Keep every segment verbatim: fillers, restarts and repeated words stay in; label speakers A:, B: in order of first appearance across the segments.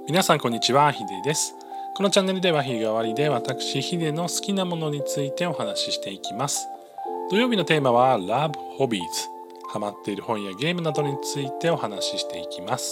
A: 皆さんこんにちは、ヒデです。このチャンネルでは日替わりで私ヒデの好きなものについてお話ししていきます。土曜日のテーマは Love Hobbies、 ハマっている本やゲームなどについてお話ししていきます。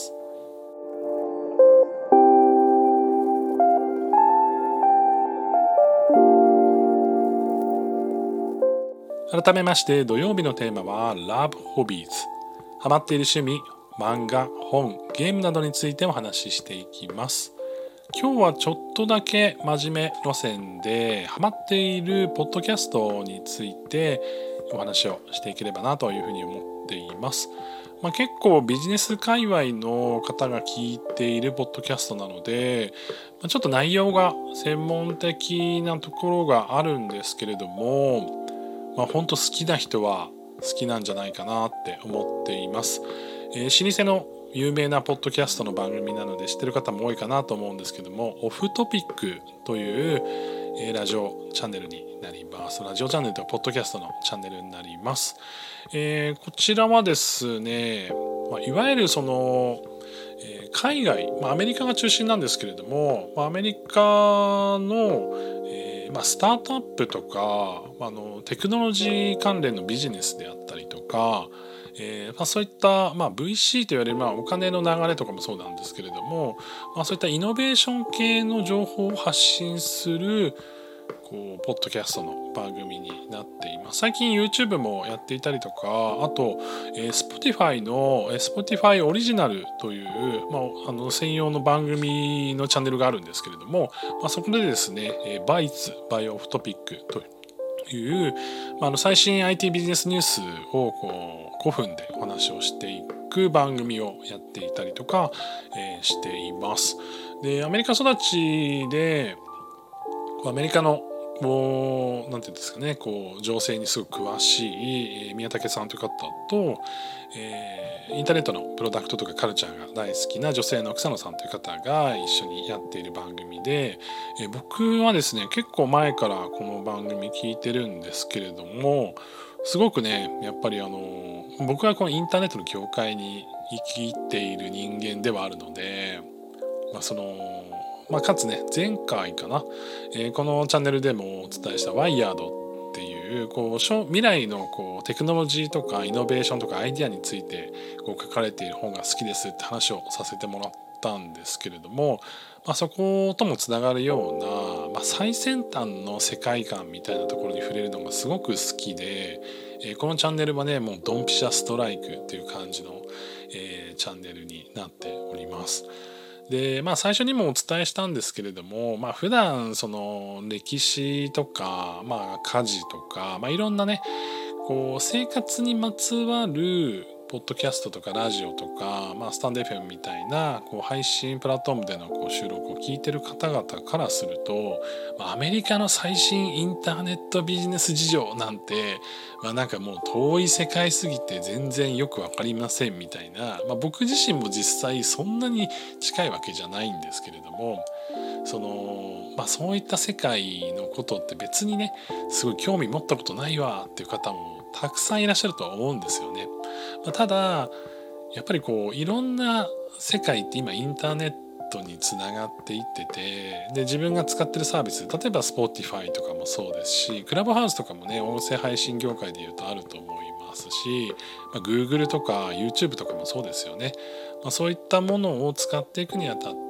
A: 改めまして土曜日のテーマは Love Hobbies、 ハマっている趣味、漫画、本、ゲームなどについてお話ししていきます。今日はちょっとだけ真面目路線でハマっているポッドキャストについてお話をしていければなというふうに思っています。まあ、結構ビジネス界隈の方が聞いているポッドキャストなので、まあ、ちょっと内容が専門的なところがあるんですけれども、まあ、本当好きな人は好きなんじゃないかなって思っています。えー、老舗の有名なポッドキャストの番組なので知ってる方も多いかなと思うんですけども、オフトピックという、えー、ラジオチャンネルになります。ラジオチャンネルとはポッドキャストのチャンネルになります。えー、こちらはですね、まあ、いわゆるその、えー、海外、まあ、アメリカが中心なんですけれども、まあ、アメリカの、えーまあ、スタートアップとかあのテクノロジー関連のビジネスであったりとか、えーまあ、そういった、まあ、ブイシー といわれる、まあ、お金の流れとかもそうなんですけれども、まあ、そういったイノベーション系の情報を発信するこうポッドキャストの番組になっています。最近 YouTube もやっていたりとか、あと、えー、Spotify の Spotify オリジナルという、まあ、あの専用の番組のチャンネルがあるんですけれども、まあ、そこでですね、えー、バイツ by オフトピックという、まあ、あの最新 アイティー ビジネスニュースをこうごふんでお話をしていく番組をやっていたりとか、えー、しています。で、アメリカ育ちでアメリカのこうなんていうんですかね、こう情勢にすごく詳しい宮武さんという方と、えー、インターネットのプロダクトとかカルチャーが大好きな女性の草野さんという方が一緒にやっている番組で、えー、僕はですね結構前からこの番組聞いてるんですけれども、すごくねやっぱりあの僕はこのインターネットの業界に生きている人間ではあるので、まあ、そのまあ、かつね前回かな、えー、このチャンネルでもお伝えしたワイヤードっていうこう未来のこうテクノロジーとかイノベーションとかアイデアについてこう書かれている本が好きですって話をさせてもらったんですけれども、まあ、そこともつながるような、まあ、最先端の世界観みたいなところに触れるのがすごく好きで、えー、このチャンネルはねもうドンピシャストライクっていう感じの、えー、チャンネルになっております。でまあ、最初にもお伝えしたんですけれども、まあ、普段その歴史とか、まあ、家事とか、まあ、いろんなねこう生活にまつわるポッドキャストとかラジオとか、まあ、スタンド エフエム みたいなこう配信プラットフォームでのこう収録を聞いてる方々からすると、アメリカの最新インターネットビジネス事情なんて、まあ、なんかもう遠い世界すぎて全然よく分かりませんみたいな、まあ、僕自身も実際そんなに近いわけじゃないんですけれども、その、まあ、そういった世界のことって別にねすごい興味持ったことないわっていう方もたくさんいらっしゃるとは思うんですよね。まあ、ただやっぱりこういろんな世界って今インターネットにつながっていってて、で自分が使ってるサービス、例えば Spotify とかもそうですし、クラブハウスとかもね音声配信業界でいうとあると思いますし、まあ、Google とか YouTube とかもそうですよね。まあ、そういったものを使っていくにあたって、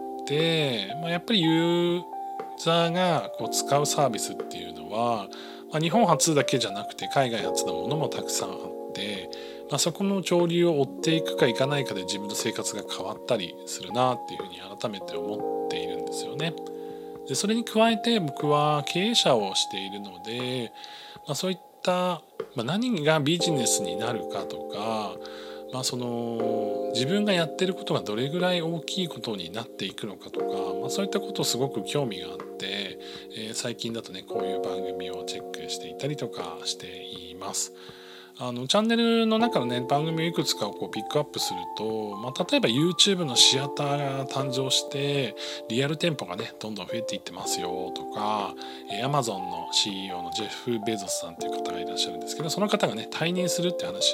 A: まあ、やっぱりユーザーがこう使うサービスっていうのは、まあ、日本初だけじゃなくて海外初のものもたくさんあって、まあ、そこの潮流を追っていくかいかないかで自分の生活が変わったりするなっていうふうに改めて思っているんですよね。でそれに加えて僕は経営者をしているので、まあ、そういった、まあ、何がビジネスになるかとか、まあ、その自分がやってることがどれぐらい大きいことになっていくのかとか、まあ、そういったことすごく興味があって、えー、最近だとねこういう番組をチェックしていたりとかしています。あのチャンネルの中のね番組をいくつかをこうピックアップすると、まあ、例えば YouTube のシアターが誕生してリアル店舗がねどんどん増えていってますよとか、えー、Amazon の シーイーオー のジェフ・ベゾスさんっていう方がいらっしゃるんですけど、その方がね退任するって話になって、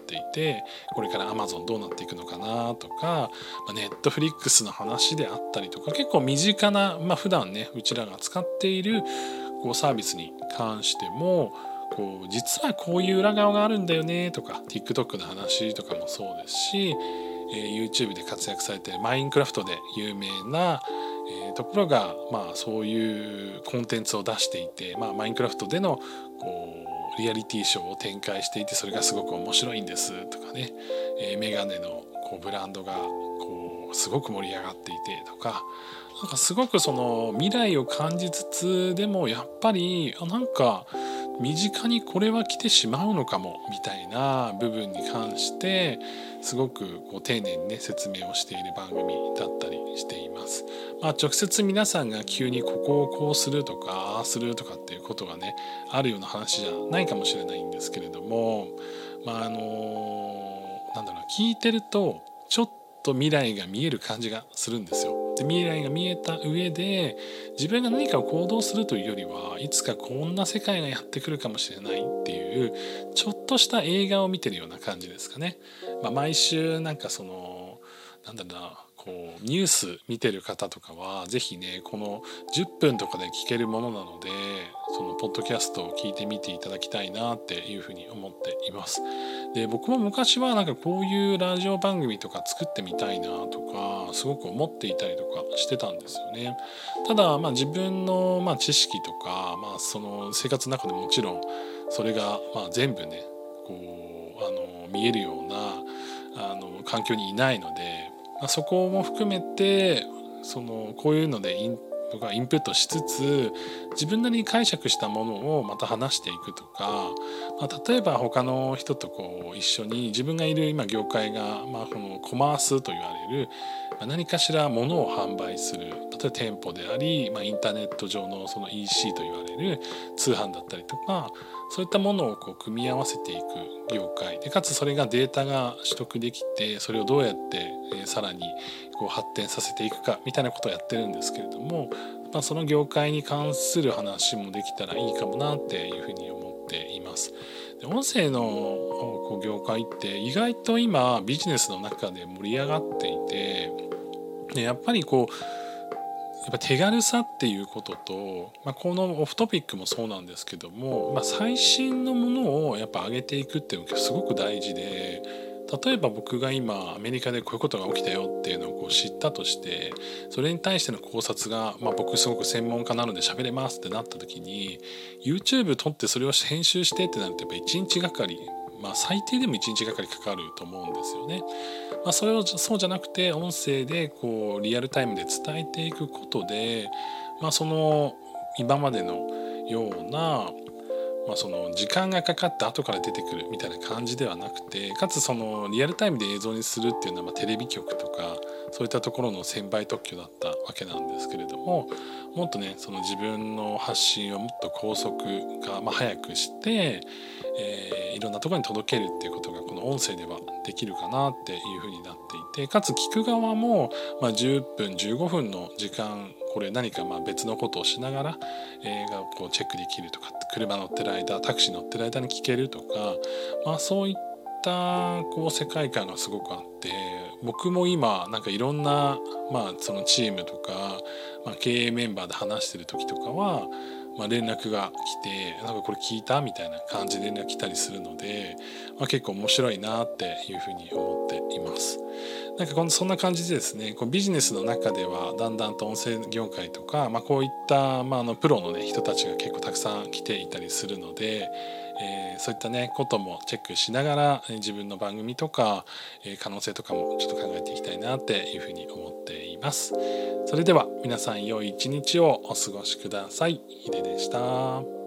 A: っていて、これから Amazon どうなっていくのかなとか、Netflix の話であったりとか、結構身近な、まあ、普段ねうちらが使っているこうサービスに関してもこう実はこういう裏側があるんだよねとか、 TikTok の話とかもそうですし、えー、YouTube で活躍されているマインクラフトで有名な、えー、ところが、まあ、そういうコンテンツを出していて、まあ、マインクラフトでのこうリアリティショーを展開していて、それがすごく面白いんですとかね、えー、メガネのこうブランドがこうすごく盛り上がっていてとか、なんかすごくその未来を感じつつでもやっぱりなんか身近にこれは来てしまうのかもみたいな部分に関してすごくこう丁寧にね説明をしている番組だったりしています。まあ、直接皆さんが急にここをこうするとかああするとかっていうことがねあるような話じゃないかもしれないんですけれども、まああのなんだろう、聞いてるとちょっと未来が見える感じがするんですよ。で未来が見えた上で自分が何かを行動するというよりはいつかこんな世界がやってくるかもしれないっていうちょっとした映画を見てるような感じですかね。まあ、毎週なんかそのなんだろうなこうニュース見てる方とかはぜひねこのじゅっぷんとかで聞けるものなので、そのポッドキャストを聞いてみていただきたいなっていうふうに思っています。で僕も昔はなんかこういうラジオ番組とか作ってみたいなとかすごく思っていたりとかしてたんですよね。ただまあ自分のまあ知識とか、まあ、その生活の中でもちろんそれがまあ全部ねこうあの見えるようなあの環境にいないので、まあ、そこも含めてそのこういうのでイン僕はインプットしつつ自分なりに解釈したものをまた話していくとか、まあ、例えば他の人とこう一緒に自分がいる今業界が、まあ、このコマースと言われる、まあ、何かしらものを販売する、例えば店舗であり、まあ、インターネット上のその イーシー と言われる通販だったりとか、そういったものをこう組み合わせていく業界で、かつそれがデータが取得できてそれをどうやって、えー、さらにこう発展させていくかみたいなことをやってるんですけれども、まあ、その業界に関する話もできたらいいかもなっていうふうに思っています。で音声のこう業界って意外と今ビジネスの中で盛り上がっていて、でやっぱりこうやっぱ手軽さっていうことと、まあ、このオフトピックもそうなんですけども、まあ、最新のものをやっぱ上げていくっていうのがすごく大事で、例えば僕が今アメリカでこういうことが起きたよっていうのをこう知ったとして、それに対しての考察が、まあ、僕すごく専門家なので喋れますってなった時に YouTube 撮ってそれを編集してってなるとやっぱいちにちがかり、まあ、最低でもいちにちがかりかかると思うんですよね。まあ、それをそうじゃなくて音声でこうリアルタイムで伝えていくことで、まあ、その今までのような、まあ、その時間がかかって後から出てくるみたいな感じではなくて、かつそのリアルタイムで映像にするっていうのはまあテレビ局とかそういったところの専売特許だったわけなんですけれども、もっとねその自分の発信をもっと高速化、まあ、早くして、えー、いろんなところに届けるっていうことがこの音声ではできるかなっていうふうになっていて、かつ聞く側もまあじゅっぷんじゅうごふんの時間これ何かまあ別のことをしながら映画をこうチェックできるとか、車乗ってる間タクシー乗ってる間に聞けるとか、まあ、そういったこう世界観がすごくあって、僕も今なんかいろんな、まあ、そのチームとか、まあ、経営メンバーで話してる時とかは、まあ、連絡が来てなんかこれ聞いたみたいな感じで連絡来たりするので、まあ、結構面白いなっていうふうに思っています。なんかこのそんな感じでですね、こうビジネスの中ではだんだんと音声業界とか、まあ、こういった、まあ、あのプロの、ね、人たちが結構たくさん来ていたりするので、えー、そういったねこともチェックしながら自分の番組とか、えー、可能性とかもちょっと考えていきたいなっていうふうに思っています。それでは皆さん良い一日をお過ごしください。ヒデでした。